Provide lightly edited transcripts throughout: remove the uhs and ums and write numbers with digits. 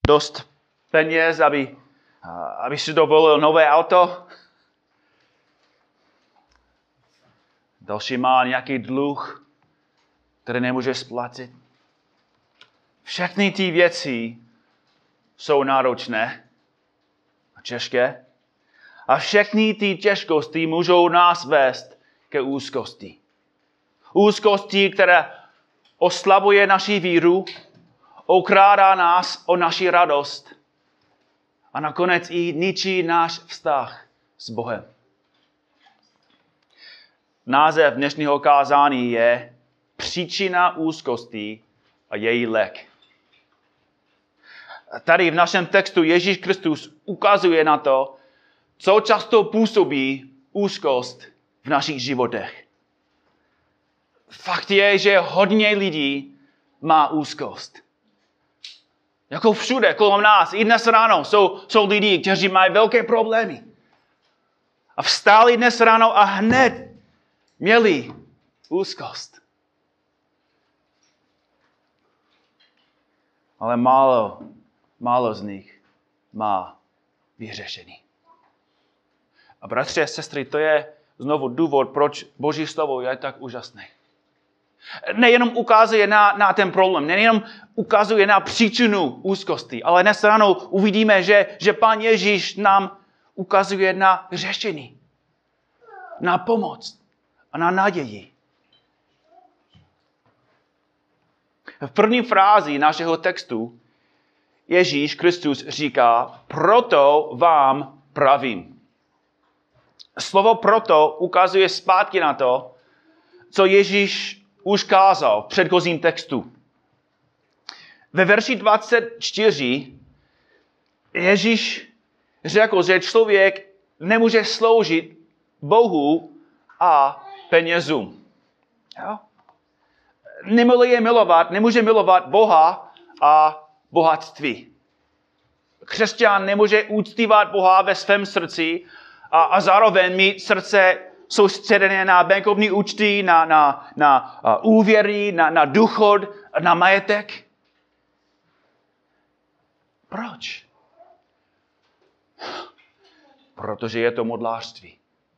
dost peněz, aby si dovolil nové auto. Další má nějaký dluh, který nemůže splatit. Všechny ty věci jsou náročné a těžké. A všechny ty těžkosti můžou nás vést ke úzkosti. Úzkosti, která oslabuje naši víru, okrádá nás o naši radost a nakonec i ničí náš vztah s Bohem. Název dnešního kázání je Příčina úzkosti a její lék. Tady v našem textu Ježíš Kristus ukazuje na to, co často působí úzkost v našich životech. Fakt je, že hodně lidí má úzkost. Jako všude kolem nás, i dnes ráno jsou lidi, kteří mají velké problémy. A vstali dnes ráno a hned měli úzkost. Ale málo z nich má vyřešení. A bratři a sestry, to je znovu důvod, proč Boží slovo je tak úžasné. Nejenom ukazuje na ten problém, nejenom ukazuje na příčinu úzkosti, ale dnes ráno uvidíme, že Pán Ježíš nám ukazuje na řešení, na pomoc a na naději. V první frázi našeho textu Ježíš Kristus říká, proto vám pravím. Slovo proto ukazuje zpátky na to, co Ježíš už kázal v předchozím textu. Ve verši 24 Ježíš řekl, že člověk nemůže sloužit Bohu a penězům. Jo? Nemůže milovat Boha a bohatství. Křesťan nemůže uctívat Boha ve svém srdci a zároveň mít srdce soustředěné na bankovní účty, na úvěry, na důchod, na majetek. Proč? Protože je to modlářství.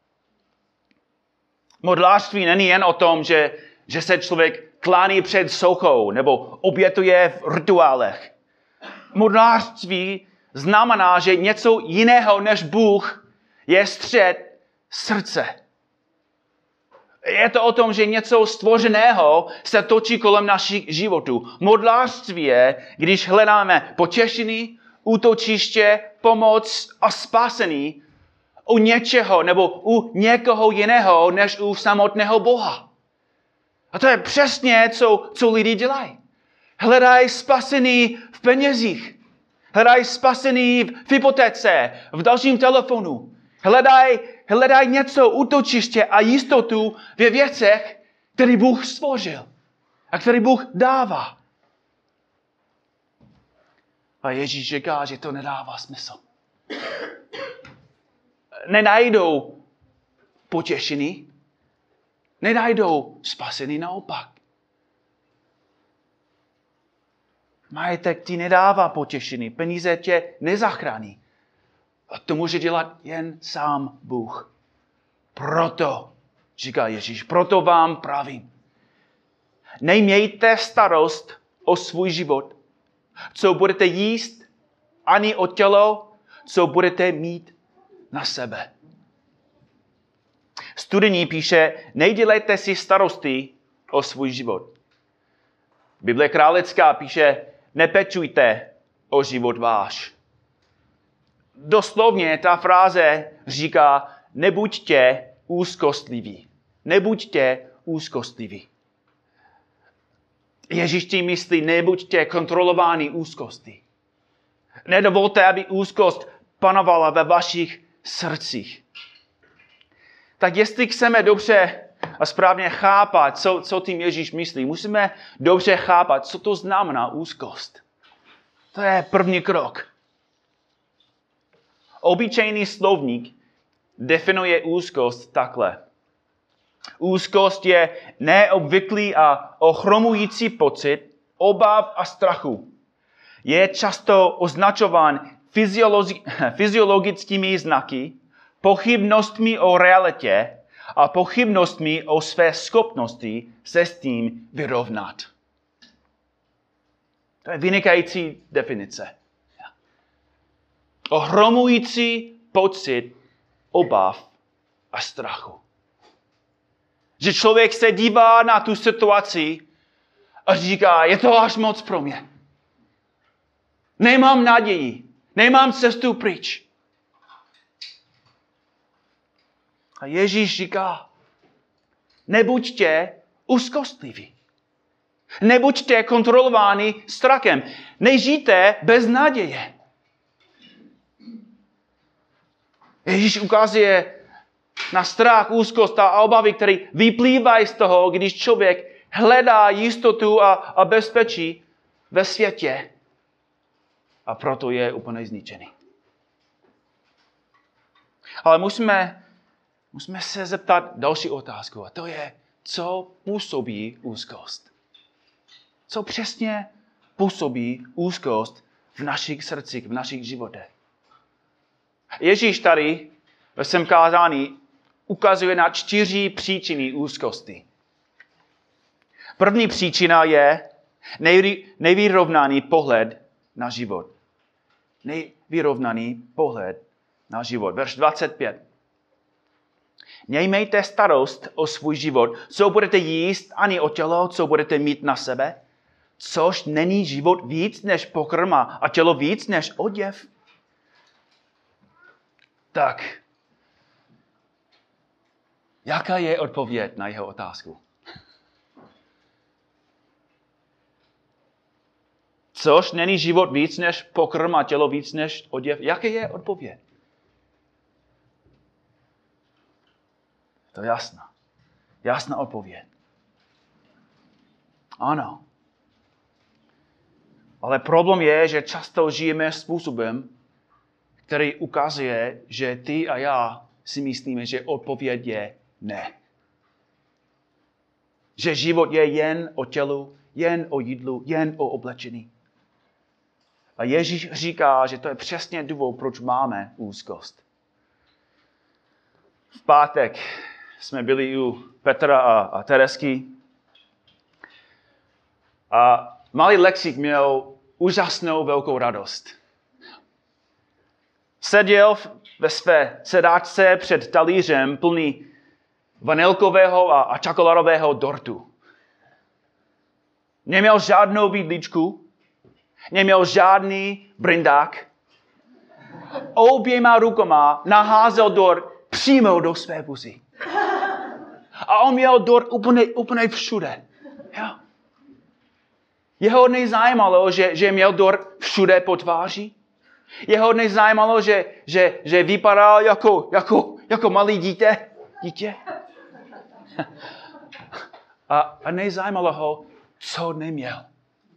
Modlářství není jen o tom, že se člověk klání před sochou nebo obětuje v rituálech. Modlářství znamená, že něco jiného než Bůh je střed srdce. Je to o tom, že něco stvořeného se točí kolem našich životů. Modlářství je, když hledáme potěšení, útočiště, pomoc a spasení u něčeho nebo u někoho jiného, než u samotného Boha. A to je přesně, co lidi dělají. Hledají spasení v penězích. Hledají spasení v hypotéce, v dalším telefonu. Hledají něco, útočiště a jistotu ve věcech, které Bůh stvořil a které Bůh dává. A Ježíš říká, že to nedává smysl. Nenajdou potěšení, nenajdou spasení, naopak. Majetek ti nedává potěšení, peníze tě nezachrání. A to může dělat jen sám Bůh. Proto, říká Ježíš, proto vám pravím. Nemějte starost o svůj život, co budete jíst, ani o tělo, co budete mít na sebe. Studení píše, nedělejte si starosti o svůj život. Bible králická píše, nepečujte o život váš. Doslovně ta fráze říká, nebuďte úzkostliví. Nebuďte úzkostliví. Ježíš tím myslí, nebuďte kontrolováni úzkosti. Nedovolte, aby úzkost panovala ve vašich srdcích. Tak jestli chceme dobře a správně chápat, co tím Ježíš myslí, musíme dobře chápat, co to znamená úzkost. To je první krok. Obyčejný slovník definuje úzkost takhle. Úzkost je neobvyklý a ochromující pocit obav a strachu, je často označován fyziologickými znaky, pochybnostmi o realitě a pochybnostmi o své schopnosti se s tím vyrovnat. To je vynikající definice. Ohromující pocit obav a strachu. Že člověk se dívá na tu situaci a říká, je to až moc pro mě. Nemám naději, nemám cestu pryč. A Ježíš říká, nebuďte úzkostliví. Nebuďte kontrolováni strachem. Nežijte bez naděje. Ježíš ukazuje na strach, úzkost a obavy, které vyplývají z toho, když člověk hledá jistotu a bezpečí ve světě. A proto je úplně zničený. Ale musíme se zeptat další otázku. A to je, co působí úzkost. Co přesně působí úzkost v našich srdcích, v našich životech. Ježíš tady ve svém kázání ukazuje na 4 příčiny úzkosti. První příčina je nevyrovnaný pohled na život. Nevyrovnaný pohled na život. Verš 25. Nemějte starost o svůj život, co budete jíst, ani o tělo, co budete mít na sebe. Což není život víc než pokrm a tělo víc než oděv. Tak, jaká je odpověď na jeho otázku? Což není život víc než pokrm a tělo víc než oděv? Jaká je odpověď? To je jasná. Jasná odpověď. Ano. Ale problém je, že často žijeme způsobem, který ukazuje, že ty a já si myslíme, že odpověď je ne. Že život je jen o tělu, jen o jídlu, jen o oblečení. A Ježíš říká, že to je přesně důvod, proč máme úzkost. V pátek jsme byli u Petra a Teresky a malý Lexík měl úžasnou velkou radost. Seděl ve své sedáčce před talířem plný vanilkového a čokoládového dortu. Neměl žádnou vidličku, neměl žádný brindák. Oběma rukama naházel dort přímo do své pusy. A on měl dort úplně všude. Jo. Jeho nezajímalo, že měl dort všude po tváři. Jeho nezajímalo, že vypadal jako malý dítě. A nezajímalo ho, co neměl.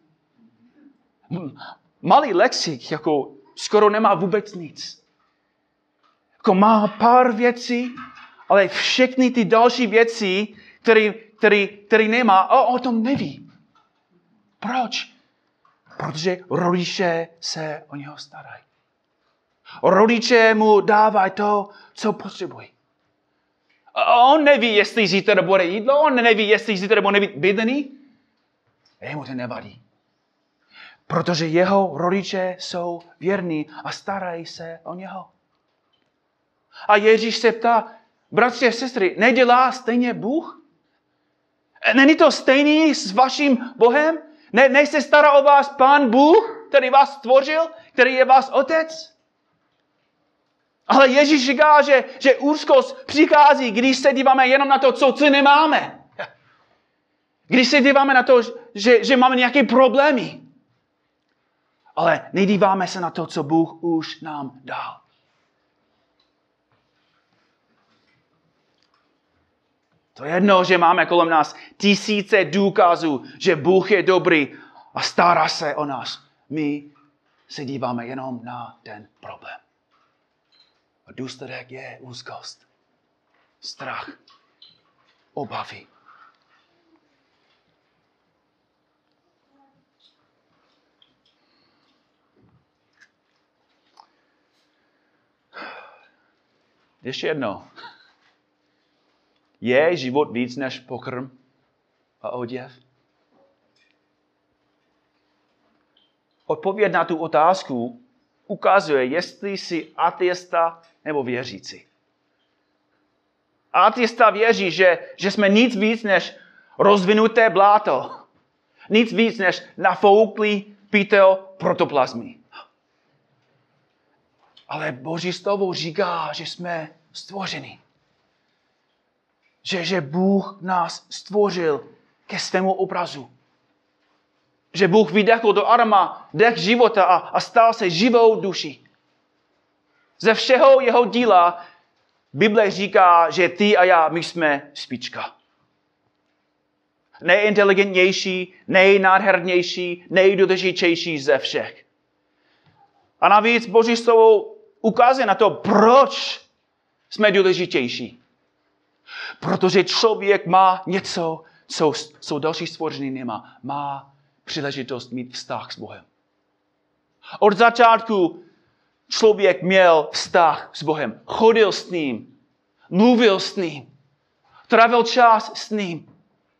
Malý Lexík skoro nemá vůbec nic. Má pár věcí, ale všechny ty další věci, které nemá, o tom neví. Proč? Protože rodiče se o něho starají. Rodiče mu dávají to, co potřebují. On neví, jestli zítra bude jídlo, on neví, jestli zítra bude být bydlení. Jemu to nevadí. Protože jeho rodiče jsou věrní a starají se o něho. A Ježíš se ptá, bratři a sestry, nedělá stejně Bůh? Není to stejný s vaším Bohem? Ne se stará o vás Pán Bůh, který vás stvořil, který je vás otec? Ale Ježíš říká, že úzkost přichází, když se díváme jenom na to, co nemáme. Když se díváme na to, že máme nějaké problémy. Ale nedíváme se na to, co Bůh už nám dal. To je jedno, že máme kolem nás tisíce důkazů, že Bůh je dobrý a stará se o nás. My se díváme jenom na ten problém. A důsledek je úzkost, strach, obavy. Ještě jednou. Je život víc než pokrm a oděv? Odpověď na tu otázku ukazuje, jestli jsi ateista nebo věřící. Ateista věří, že jsme nic víc než rozvinuté bláto. Nic víc než nafouklý pytel protoplazmy. Ale Boží slovo říká, že jsme stvořeni. Že Bůh nás stvořil ke svému obrazu. Že Bůh vydechl do Adama dech života a stal se živou duší. Ze všeho jeho díla Bible říká, že ty a já, my jsme špička. Nejinteligentnější, nejnádhernější, nejdůležitější ze všech. A navíc Boží slovo ukazuje na to, proč jsme důležitější. Protože člověk má něco, co další stvoření nemá. Má příležitost mít vztah s Bohem. Od začátku člověk měl vztah s Bohem. Chodil s ním, mluvil s ním, trávil čas s ním.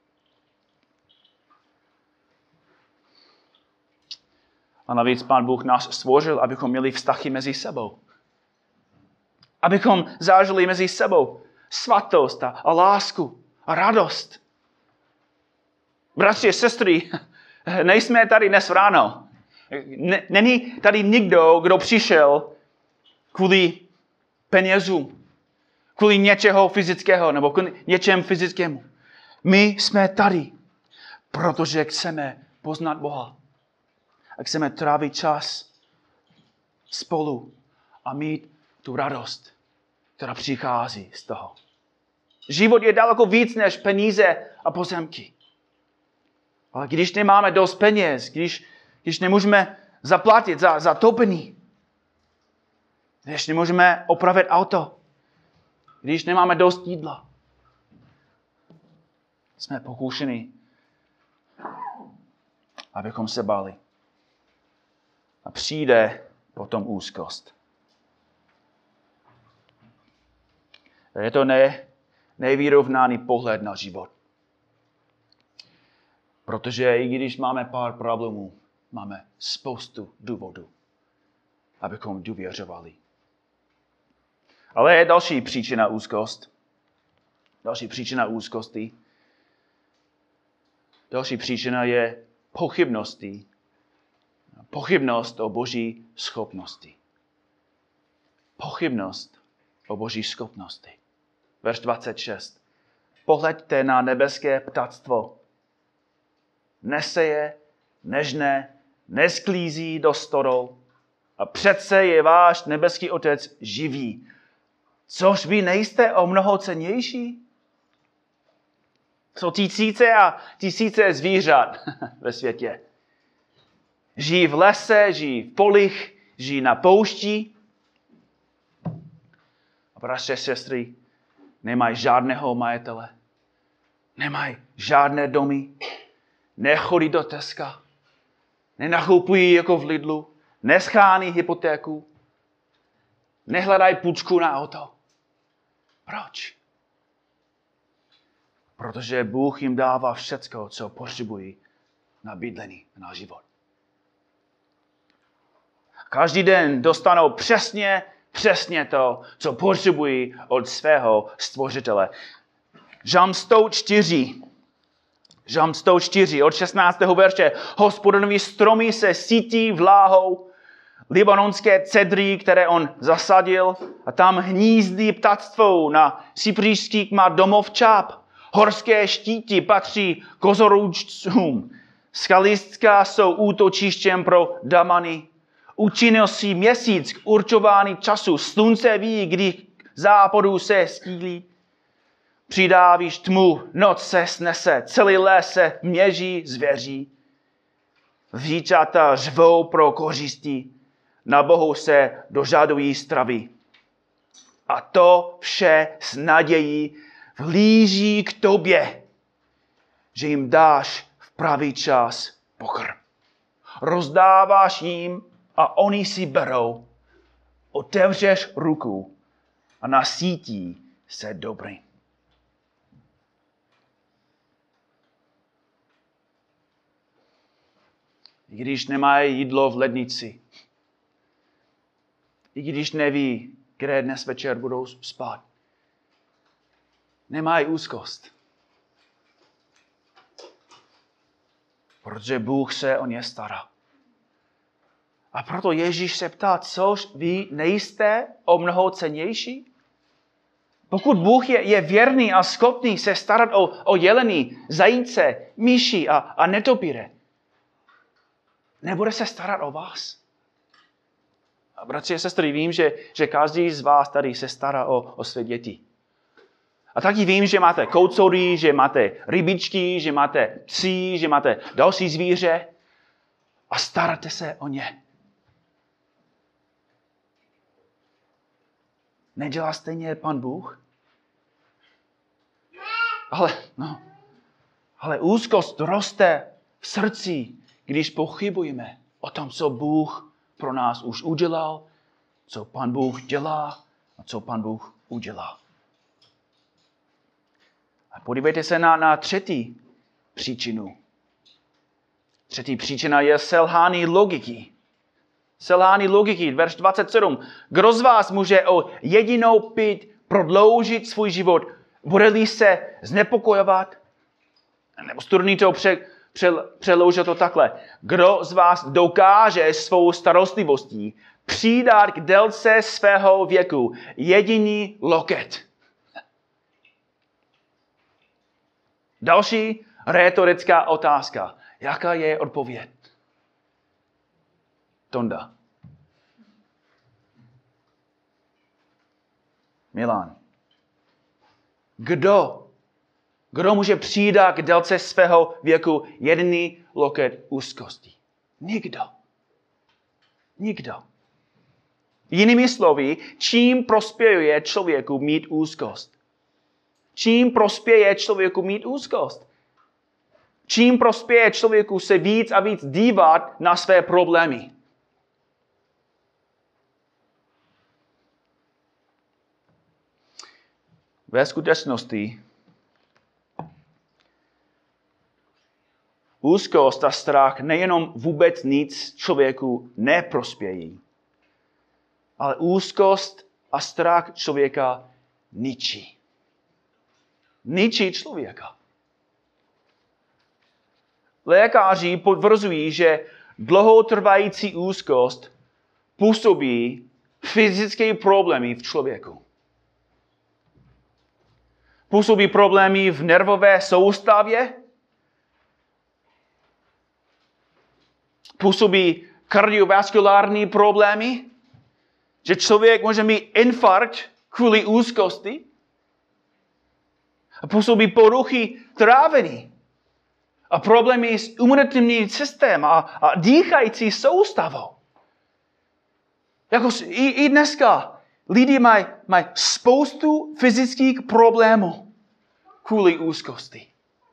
A navíc Pán Bůh nás stvořil, abychom měli vztahy mezi sebou. Abychom zažili mezi sebou svatost a lásku a radost. Bratři a sestry, nejsme tady dnes ráno. Není tady nikdo, kdo přišel kvůli penězům, kvůli něčeho fyzického nebo kvůli něčem fyzickému. My jsme tady, protože chceme poznat Boha. A chceme trávit čas spolu a mít tu radost, která přichází z toho. Život je daleko víc než peníze a pozemky. Ale když nemáme dost peněz, když nemůžeme zaplatit za topení, když nemůžeme opravit auto, když nemáme dost jídla, jsme pokušeni, abychom se báli. A přijde potom úzkost. Je to nevyrovnaný pohled na život. Protože i když máme pár problémů, máme spoustu důvodů, abychom důvěřovali. Ale je další příčina úzkost. Další příčina úzkosti. Další příčina je pochybnosti. Pochybnost o Boží schopnosti. Pochybnost o Boží schopnosti. Verš 26. Pohleďte na nebeské ptactvo. Neseje, nežne, nesklízí do stodol. A přece je váš nebeský Otec živý. Což vy nejste o mnoho cennější? Jsou tisíce a tisíce zvířat ve světě. Žijí v lese, žijí v polích, žijí na poušti. A bratři a sestry nemají žádného majitele. Nemají žádné domy. Nechodí do Teska. Nenakupují jako v Lidlu. Neschání hypotéku. Nehledají půjčku na auto. Proč? Protože Bůh jim dává všecko, co potřebují na bydlení, na život. Každý den dostanou přesně to, co potřebují od svého stvořitele. Žalm 104, od 16. verše. Hospodinovi stromy se sítí vláhou, libanonské cedry, které on zasadil, a tam hnízdí ptactvo, na cypříšských má domov čáp. Horské štíty patří kozorůčcům. Skalistka jsou útočištěm pro damany. Učinil si měsíc k určování času. Slunce ví, kdy k západu se skýlí. Přidávíš tmu, noc se snese, celý les se měží zvěří. Vříčata řvou pro kořistí, na Bohu se dožadují stravy. A to vše s nadějí vlíží k tobě, že jim dáš v pravý čas pokrm. Rozdáváš jim a oni si berou. Otevřeš ruku a nasítí se dobrým. I když nemají jídlo v lednici, i když neví, kde dnes večer budou spát, nemají úzkost. Protože Bůh se o ně stará. A proto Ježíš se ptá, což vy nejste o mnoho cennější? Pokud Bůh je věrný a schopný se starat o jelení, zajíce, myši a netopíre, nebude se starat o vás? A bratři a sestry, vím, že každý z vás tady se stará o své děti. A taky vím, že máte koucory, že máte rybičky, že máte psí, že máte další zvíře a staráte se o ně. Nedělá stejně Pan Bůh? Ale úzkost roste v srdci, když pochybujeme o tom, co Bůh pro nás už udělal, co Pan Bůh dělá a co Pan Bůh udělá. A podívejte se na třetí příčinu. Třetí příčina je selhání logiky. Selhání logiky, verš 27. Kdo z vás může o jedinou pít prodloužit svůj život, bude-li se znepokojovat? Nebo studný to přeložil to takhle. Kdo z vás dokáže svou starostlivostí přidat k délce svého věku jediný loket? Další rétorická otázka. Jaká je odpověď? Tonda. Milan. Kdo může přidat k délce svého věku jediný loket úzkosti? Nikdo. Jinými slovy, čím prospěje člověku mít úzkost? Čím prospěje člověku mít úzkost? Čím prospěje člověku se víc a víc dívat na své problémy? Ve skutečnosti úzkost a strach nejenom vůbec nic člověku neprospějí, ale úzkost a strach člověka ničí. Ničí člověka. Lékaři potvrzují, že dlouhotrvající úzkost působí fyzické problémy v člověku. Působí problémy v nervové soustavě, působí kardiovaskulární problémy, že člověk může mít infarkt kvůli úzkosti, a působí poruchy trávení a problémy s imunitním systémem a dýchající soustavou. Jako i dneska lidi mají spoustu fyzických problémů kvůli úzkosti.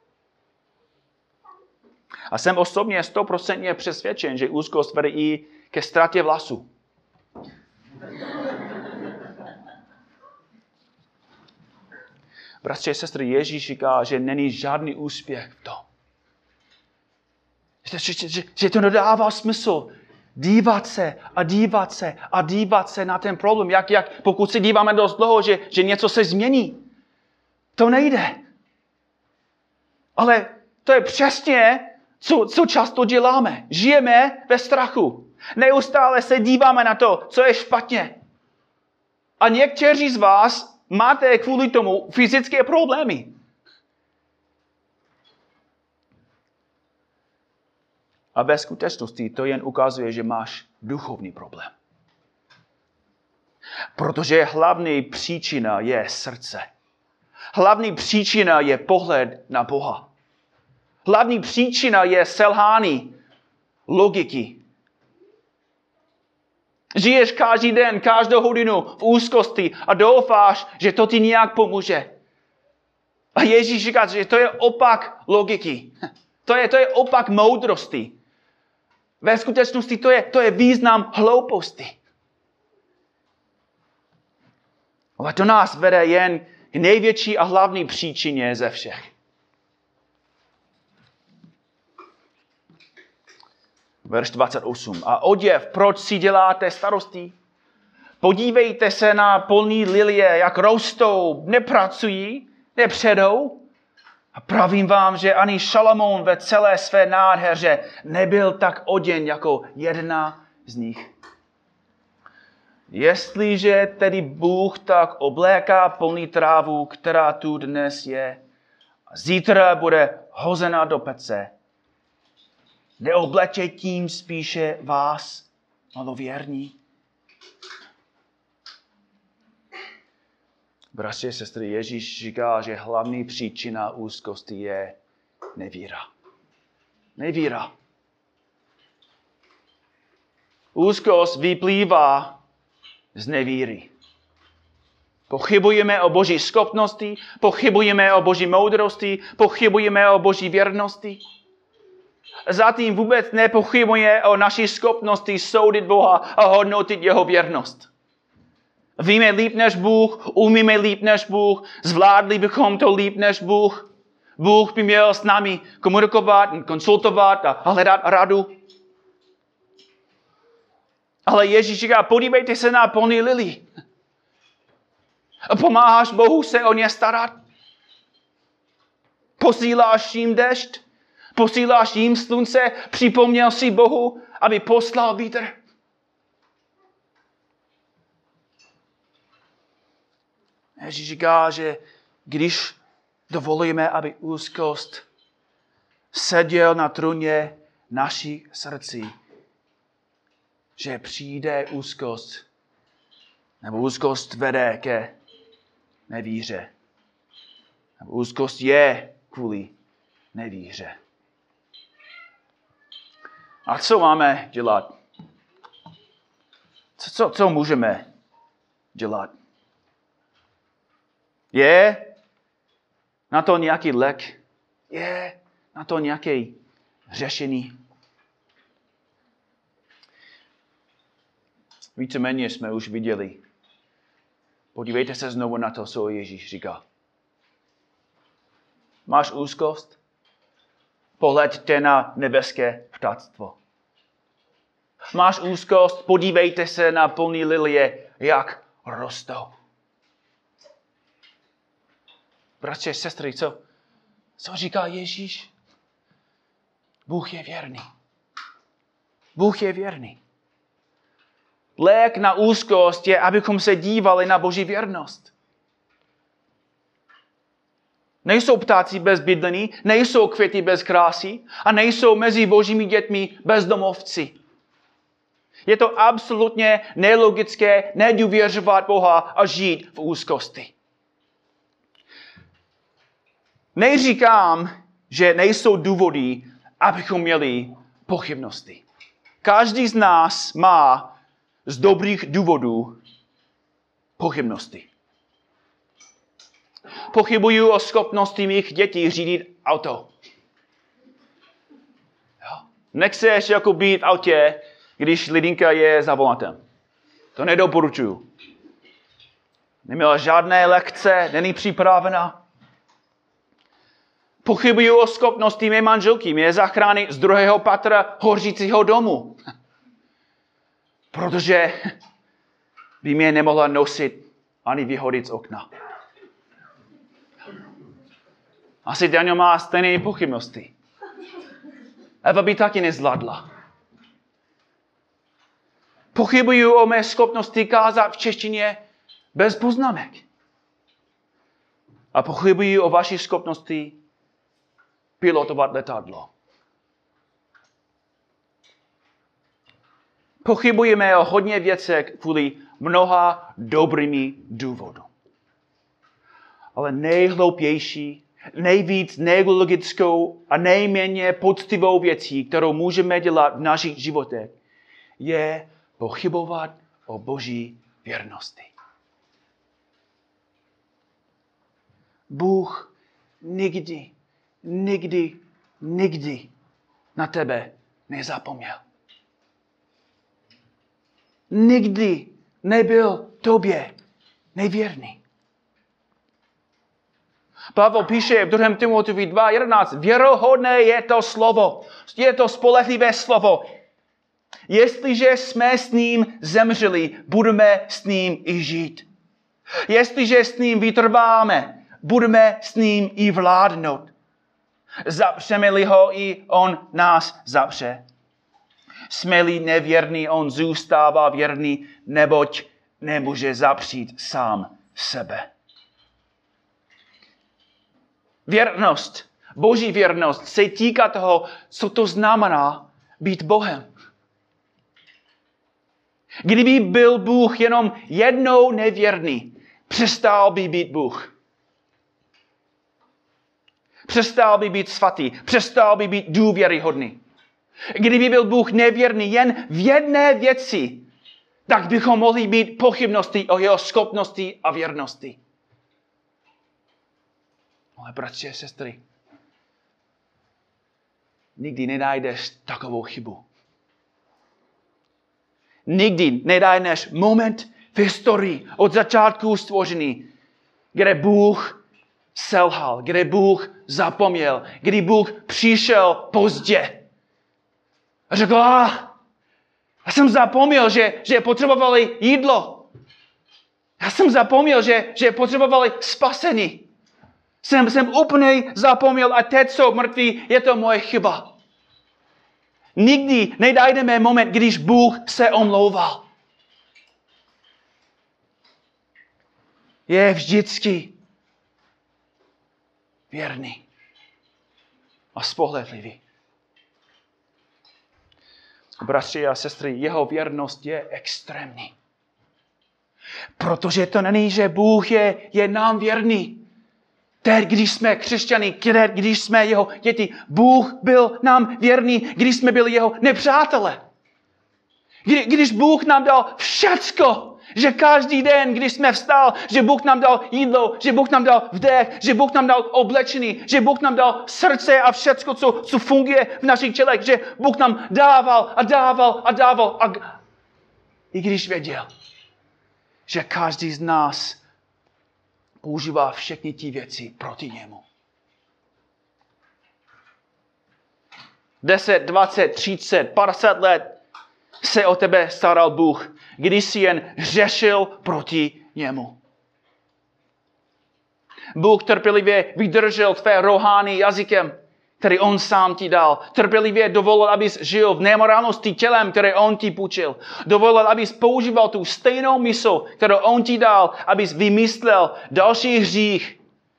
A jsem osobně 100% přesvědčen, že úzkost vede i ke ztrátě vlasů. Bratři a sestry, Ježíš říká, že není žádný úspěch v tom. Že to nedává smysl dívat se na ten problém. Jak pokud se díváme dost dlouho, že něco se změní. To nejde. Ale to je přesně, co často děláme. Žijeme ve strachu. Neustále se díváme na to, co je špatně. A někteří z vás máte kvůli tomu fyzické problémy. A ve skutečnosti to jen ukazuje, že máš duchovní problém. Protože hlavní příčina je srdce. Hlavní příčina je pohled na Boha. Hlavní příčina je selhání logiky. Žiješ každý den, každou hodinu v úzkosti a doufáš, že to ti nějak pomůže. A Ježíš říká, že to je opak logiky. To je opak moudrosti. Ve skutečnosti to je význam hlouposti. Ale to nás vede jen k největší a hlavní příčině ze všech. Verš 28. A oděv, proč si děláte starosti? Podívejte se na polní lilie, jak rostou, nepracují, nepředou. A pravím vám, že ani Šalamoun ve celé své nádheře nebyl tak oděn jako jedna z nich. Jestliže tedy Bůh tak obléká polní trávu, která tu dnes je, a zítra bude hozena do pece, neobleče tím spíše vás, malověrní. Bratři a sestry, Ježíš říká, že hlavní příčina úzkosti je nevíra. Nevíra. Úzkost vyplývá z nevíry. Pochybujeme o Boží schopnosti, pochybujeme o Boží moudrosti, pochybujeme o Boží věrnosti. Zatím vůbec nepochybuje o naší schopnosti soudit Boha a hodnotit jeho věrnost. Víme líp než Bůh, umíme líp než Bůh, zvládli bychom to líp než Bůh. Bůh by měl s námi komunikovat, konsultovat a hledat radu. Ale Ježíš říká, podívejte se na polní lily. Pomáháš Bohu se o ně starat? Posíláš jim dešť? Posíláš jim slunce? Připomněl si Bohu, aby poslal vítr? Ježíš říká, že když dovolíme, aby úzkost seděl na trůně našich srdcí, že přijde úzkost, nebo úzkost vede ke nevíře. Nebo úzkost je kvůli nevíře. A co máme dělat? Co můžeme dělat? Je na to nějaký lék? Je na to nějaké řešení? Víceméně jsme už viděli. Podívejte se znovu na to, co Ježíš říká. Máš úzkost? Pohleďte na nebeské ptáctvo. Máš úzkost? Podívejte se na polní lilie, jak rostou. Bratři, sestry, co říká Ježíš? Bůh je věrný. Bůh je věrný. Lék na úzkost je, abychom se dívali na Boží věrnost. Nejsou ptáci bez bydlení, nejsou květy bez krásy a nejsou mezi Božími dětmi bezdomovci. Je to absolutně nelogické nedůvěřovat Boha a žít v úzkosti. Neříkám, že nejsou důvody, abychom měli pochybnosti. Každý z nás má z dobrých důvodů pochybnosti. Pochybuju o schopnosti mých dětí řídit auto. Nechceš jako být v autě, když lidinka je za volantem. To nedoporučuju. Neměla žádné lekce, není připravena. Pochybuju o schopnosti mé manželky, mě zachránit z druhého patra hořícího domu. Protože by mě nemohla nosit ani vyhodit z okna. Asi Daniel má stejné pochybnosti. Eva by taky nezvládla. Pochybuju o mé schopnosti kázat v češtině bez poznámek. A pochybuju o vaší schopnosti pilotovat letadlo. Pochybujeme o hodně věcech kvůli mnoha dobrými důvodů. Ale nejhloupější, nejvíc nelogickou a nejméně poctivou věcí, kterou můžeme dělat v našich životech, je pochybovat o Boží věrnosti. Bůh nikdy na tebe nezapomněl. Nikdy nebyl tobě nevěrný. Pavel píše v 2. Timoteovi 2:11, věrohodné je to slovo, je to spolehlivé slovo. Jestliže jsme s ním zemřeli, budeme s ním i žít. Jestliže s ním vytrváme, budeme s ním i vládnout. Zapřeme-li ho, i on nás zapře. Jsme-li nevěrný, on zůstává věrný, neboť nemůže zapřít sám sebe. Věrnost, Boží věrnost se týká toho, co to znamená být Bohem. Kdyby byl Bůh jenom jednou nevěrný, přestal by být Bůh. Přestal by být svatý, přestal by být důvěryhodný. Kdyby byl Bůh nevěrný jen v jedné věci, tak bychom mohli být pochybnosti o jeho schopnosti a věrnosti. Ale bratři a sestry, nikdy nenajdeš takovou chybu. Nikdy nenajdeš moment v historii od začátku stvoření, kde Bůh selhal, kde Bůh zapomněl, kdy Bůh přišel pozdě. A řekl, já jsem zapomněl, že potřebovali jídlo. Já jsem zapomněl, že potřebovali spasení. Jsem úplně zapomněl a teď jsou mrtví, je to moje chyba. Nikdy nenajdeme moment, když Bůh se omlouval. Je vždycky věrný a spolehlivý. Bratři a sestry, jeho věrnost je extrémní. Protože to není, že Bůh je nám věrný. Teď, když jsme křesťané, když jsme jeho děti, Bůh byl nám věrný, když jsme byli jeho nepřátelé. Když Bůh nám dal všecko, že každý den, když jsme vstal, že Bůh nám dal jídlo, že Bůh nám dal vdech, že Bůh nám dal oblečení, že Bůh nám dal srdce a všecko, co funguje v našich tělech, že Bůh nám dával a dával a dával. A i když věděl, že každý z nás používá všechny ty věci proti němu. 10, 20, 30, 50 let se o tebe staral Bůh, když jsi jen řešil proti němu. Bůh trpělivě vydržel tvé rohány jazykem, který on sám ti dal. Trpělivě dovolil, abys žil v nemorálnosti tělem, které on ti půjčil. Dovolil, abys používal tu stejnou mysl, kterou on ti dal, abys vymyslel další hřích.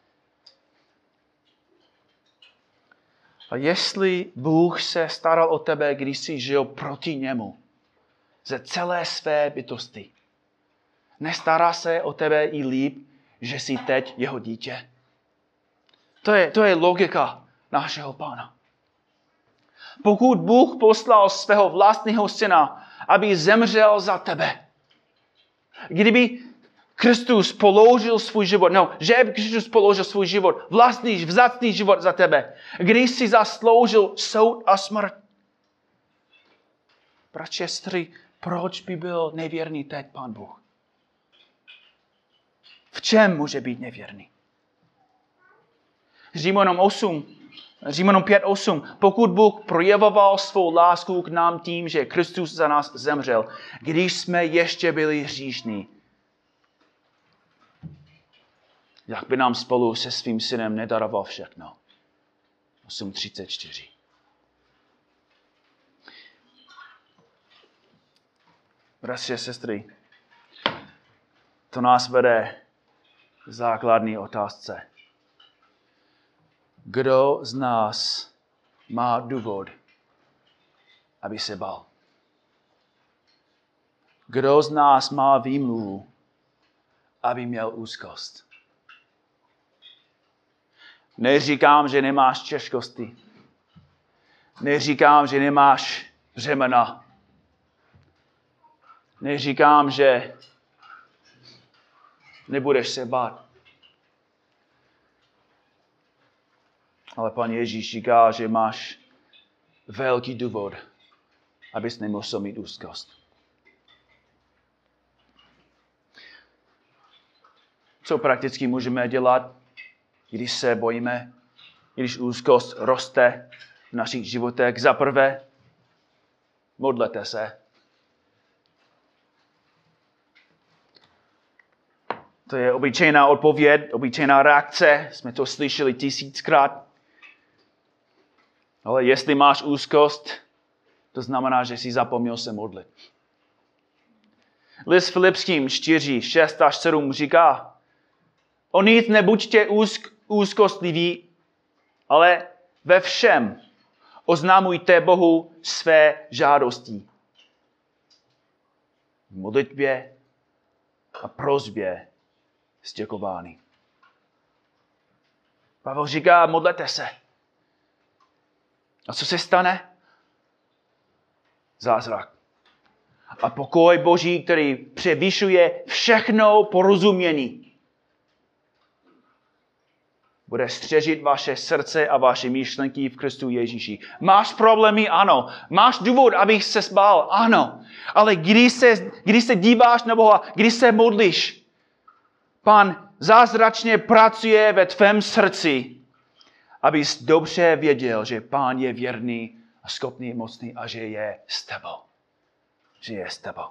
A jestli Bůh se staral o tebe, když jsi žil proti němu, ze celé své bytosti, nestará se o tebe i líp, že jsi teď jeho dítě? To je logika našeho Pána. Pokud Bůh poslal svého vlastního syna, aby zemřel za tebe, kdyby Kristus položil svůj život, že Kristus položil svůj život, vlastní, vzácný život za tebe, když si zasloužil soud a smrt. Bratři a sestry, proč by byl nevěrný teď Pán Bůh? V čem může být nevěrný? Římanům 5:8. Pokud Bůh projevoval svou lásku k nám tím, že Kristus za nás zemřel, když jsme ještě byli hříšní, jak by nám spolu se svým synem nedaroval všechno? 8:34. Bratři a sestry, to nás vede k základní otázce. Kdo z nás má důvod, aby se bál? Kdo z nás má výmluvu, aby měl úzkost? Neříkám, že nemáš těžkosti. Neříkám, že nemáš břemena. Neříkám, že nebudeš se bát. Ale Pán Ježíš říká, že máš velký důvod, abys nemusel mít úzkost. Co prakticky můžeme dělat, když se bojíme, když úzkost roste v našich životech? Za prvé, modlete se. To je obyčejná odpověď, obyčejná reakce. Jsme to slyšeli 1000krát. Ale jestli máš úzkost, to znamená, že jsi zapomněl se modlit. List Filipským 4, 6 až 7 říká: o nic nebuďte úzkostliví, ale ve všem oznámujte Bohu své žádosti. V modlitbě a prosbě s děkováním. Pavel říká, modlete se. A co se stane? Zázrak. A pokoj Boží, který převyšuje všechno porozumění, bude střežit vaše srdce a vaše myšlenky v Kristu Ježíši. Máš problémy? Ano. Máš důvod, abych se bál? Ano. Ale když se díváš na Boha, když se modlíš, Pán zázračně pracuje ve tvém srdci, abys dobře věděl, že Pán je věrný a schopný, mocný a že je s tebou. Že je s tebou.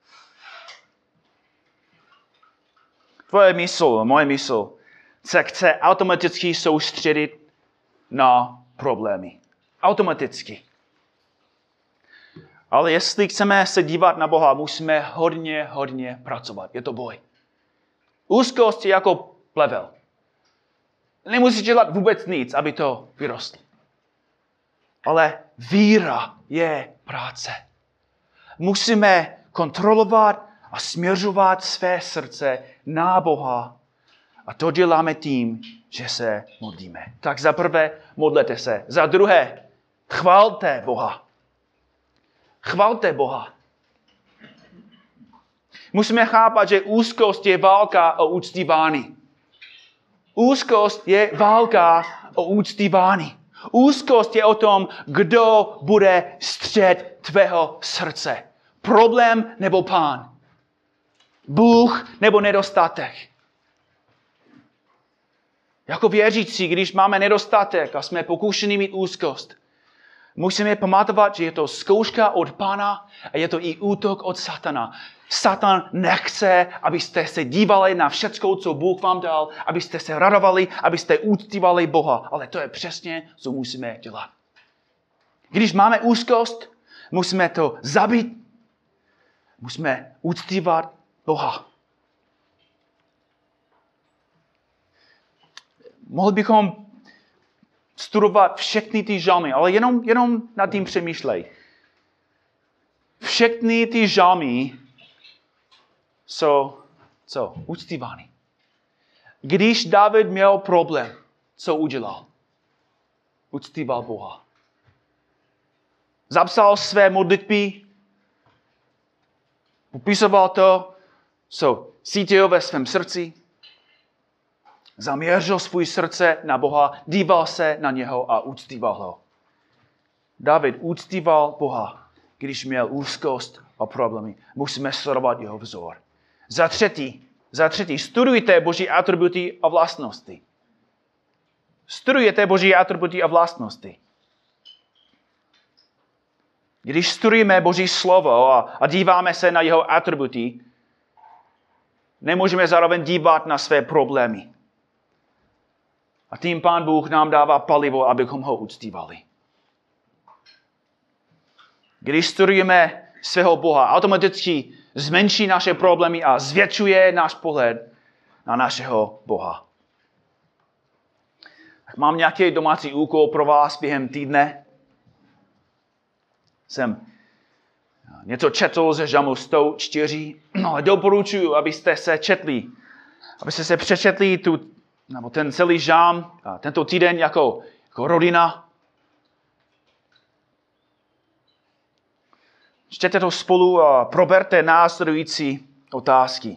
Tvoje mysl, moje mysl se chce automaticky soustředit na problémy. Automaticky. Ale jestli chceme se dívat na Boha, musíme hodně pracovat. Je to boj. Úzkost je jako plevel. Nemusíš dělat vůbec nic, aby to vyrostlo. Ale víra je práce. Musíme kontrolovat a směřovat své srdce na Boha. A to děláme tím, že se modlíme. Tak za prvé, modlete se. Za druhé, chvalte Boha. Chvalte Boha. Musíme chápat, že úzkost je válka o uctívání. Úzkost je válka o uctívání. Úzkost je o tom, kdo bude střed tvého srdce. Problém nebo Pán. Bůh nebo nedostatek. Jako věřící, když máme nedostatek a jsme pokušení mít úzkost, musíme pamatovat, že je to zkouška od Pána a je to i útok od Satana. Satan nechce, abyste se dívali na všecko, co Bůh vám dal, abyste se radovali, abyste uctívali Boha. Ale to je přesně, co musíme dělat. Když máme úzkost, musíme to zabít. Musíme uctívat Boha. Mohli bychom studovat všechny ty žalmy, ale jenom nad tím přemýšlej. Všechny ty žalmy jsou uctívány. Když David měl problém, co udělal? Uctíval Boha. Zapsal své modlitby, popisoval to, co cítil ve svém srdci, zaměřil svůj srdce na Boha, díval se na něho a uctíval ho. David uctíval Boha, když měl úzkost a problémy. Musíme sledovat jeho vzor. Za třetí, studujte Boží atributy a vlastnosti. Studujete Boží atributy a vlastnosti. Když studujeme Boží slovo a díváme se na jeho atributy, nemůžeme zároveň dívat na své problémy. A tím Pán Bůh nám dává palivo, abychom ho uctívali. Když studujeme svého Boha, automaticky zmenší naše problémy a zvětšuje náš pohled na našeho Boha. Tak mám nějaký domácí úkol pro vás během týdne. Jsem něco četl ze Žalmu 104, ale doporučuji, abyste se přečetli ten celý žalm, tento týden jako rodina. Čtěte to spolu a proberte následující otázky.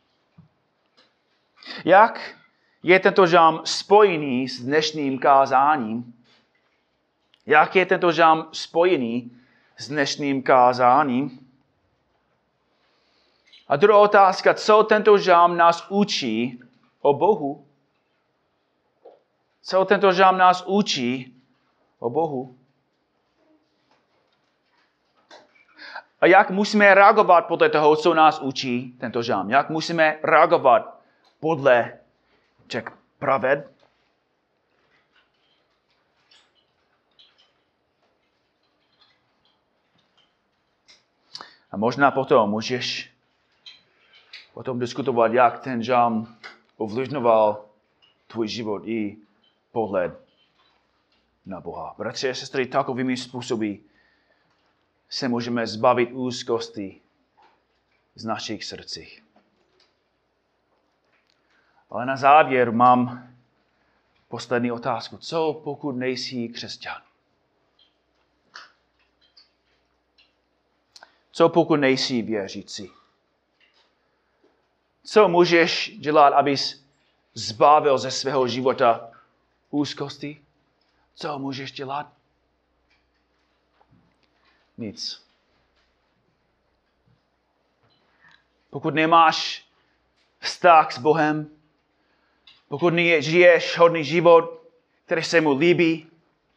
Jak je tento žalm spojený s dnešním kázáním? Jak je tento žalm spojený s dnešním kázáním? A druhá otázka, co tento žalm nás učí o Bohu? Co tento žalm nás učí o Bohu? A jak musíme reagovat podle toho, co nás učí tento žalm? Jak musíme reagovat podle těch praved? A možná potom můžeš diskutovat, jak ten žalm ovlivňoval tvůj život i pohled na Boha. Bratři a sestry, takovými způsoby se můžeme zbavit úzkosti z našich srdcích. Ale na závěr mám poslední otázku. Co pokud nejsi křesťan? Co pokud nejsi věřící? Co můžeš dělat, abys zbavil ze svého života úzkosti? Co můžeš dělat? Nic. Pokud nemáš vztah s Bohem, pokud žiješ hodný život, který se mu líbí,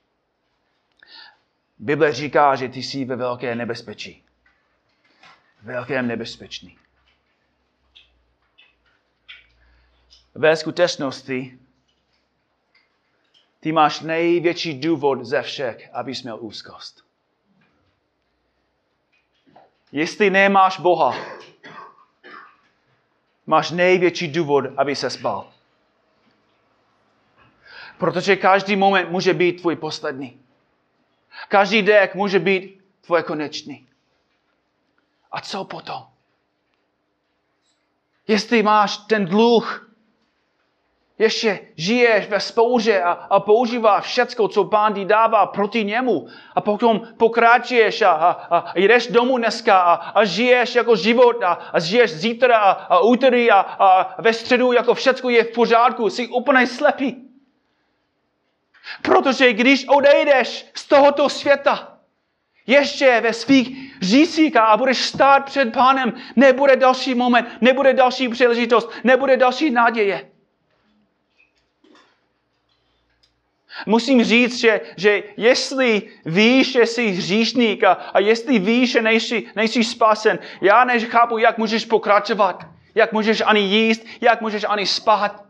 Bible říká, že ty jsi ve velké nebezpečí. Velkém nebezpečí. Ve skutečnosti ty máš největší důvod ze všech, abys měl úzkost. Jestli nemáš Boha, máš největší důvod, aby se spal. Protože každý moment může být tvůj poslední. Každý dech může být tvůj konečný. A co potom? Jestli máš ten dluh, ještě žiješ ve spouře a používáš všecko, co Pán ti dává proti němu. A potom pokračuješ a jdeš domů dneska a žiješ jako život a žiješ zítra a úterý a ve středu jako všecko je v pořádku. Jsi úplně slepý. Protože když odejdeš z tohoto světa, ještě ve svých řících a budeš stát před Pánem, nebude další moment, nebude další příležitost, nebude další naděje. Musím říct, že jestli víš, že jsi hříšník a jestli víš, že nejsi spasen, já nechápu, jak můžeš pokračovat, jak můžeš ani jíst, jak můžeš ani spát.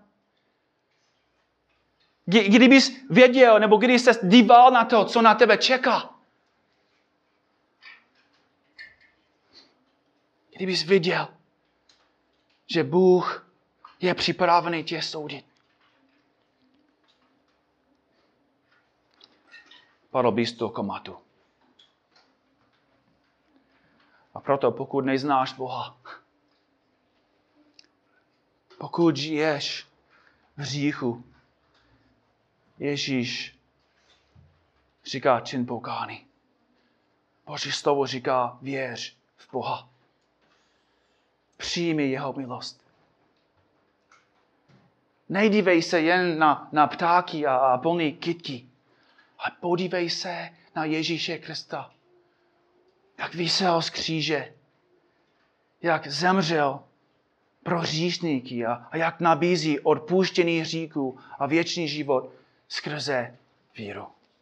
Kdybys věděl, nebo když ses díval na to, co na tebe čeká. Kdybys viděl, že Bůh je připravený tě soudit. Padl bys do komatu. A proto, pokud neznáš Boha, pokud žiješ v hříchu, Ježíš říká čin pokání. Boží slovo říká věř v Boha. Přijmi jeho milost. Nejdívej se jen na ptáky a plný kytky, ale podívej se na Ježíše Krista. Jak visel z kříže, jak zemřel pro hříšníky a jak nabízí odpuštění hříchů a věčný život skrze víru.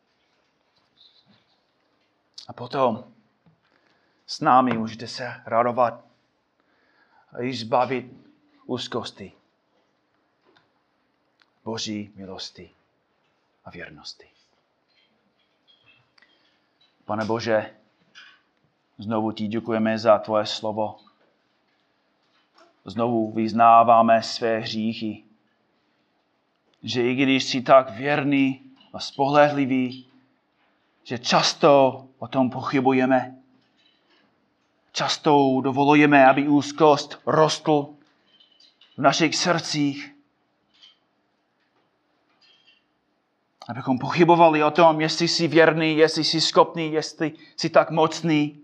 A potom s námi můžete se radovat a i zbavit úzkosti Boží milosti a věrnosti. Pane Bože, znovu ti děkujeme za tvoje slovo. Znovu vyznáváme své hříchy. Že i když jsi tak věrný a spolehlivý, že často o tom pochybujeme. Často dovolujeme, aby úzkost rostl v našich srdcích. Abychom pochybovali o tom, jestli jsi věrný, jestli jsi schopný, jestli jsi tak mocný.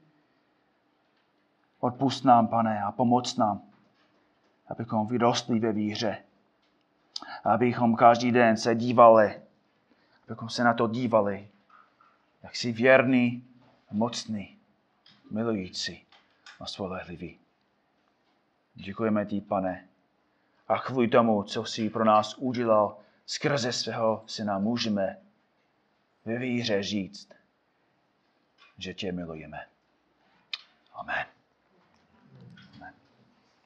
Odpusť nám, Pane, a pomoc nám, abychom vyrostli ve víře. Abychom každý den se dívali, abychom se na to dívali, jak jsi věrný, mocný, milující a spolehlivý. Děkujeme ti, Pane, A kvůli tomu, co jsi pro nás udělal skrze svého syna, můžeme ve víře říct, že tě milujeme.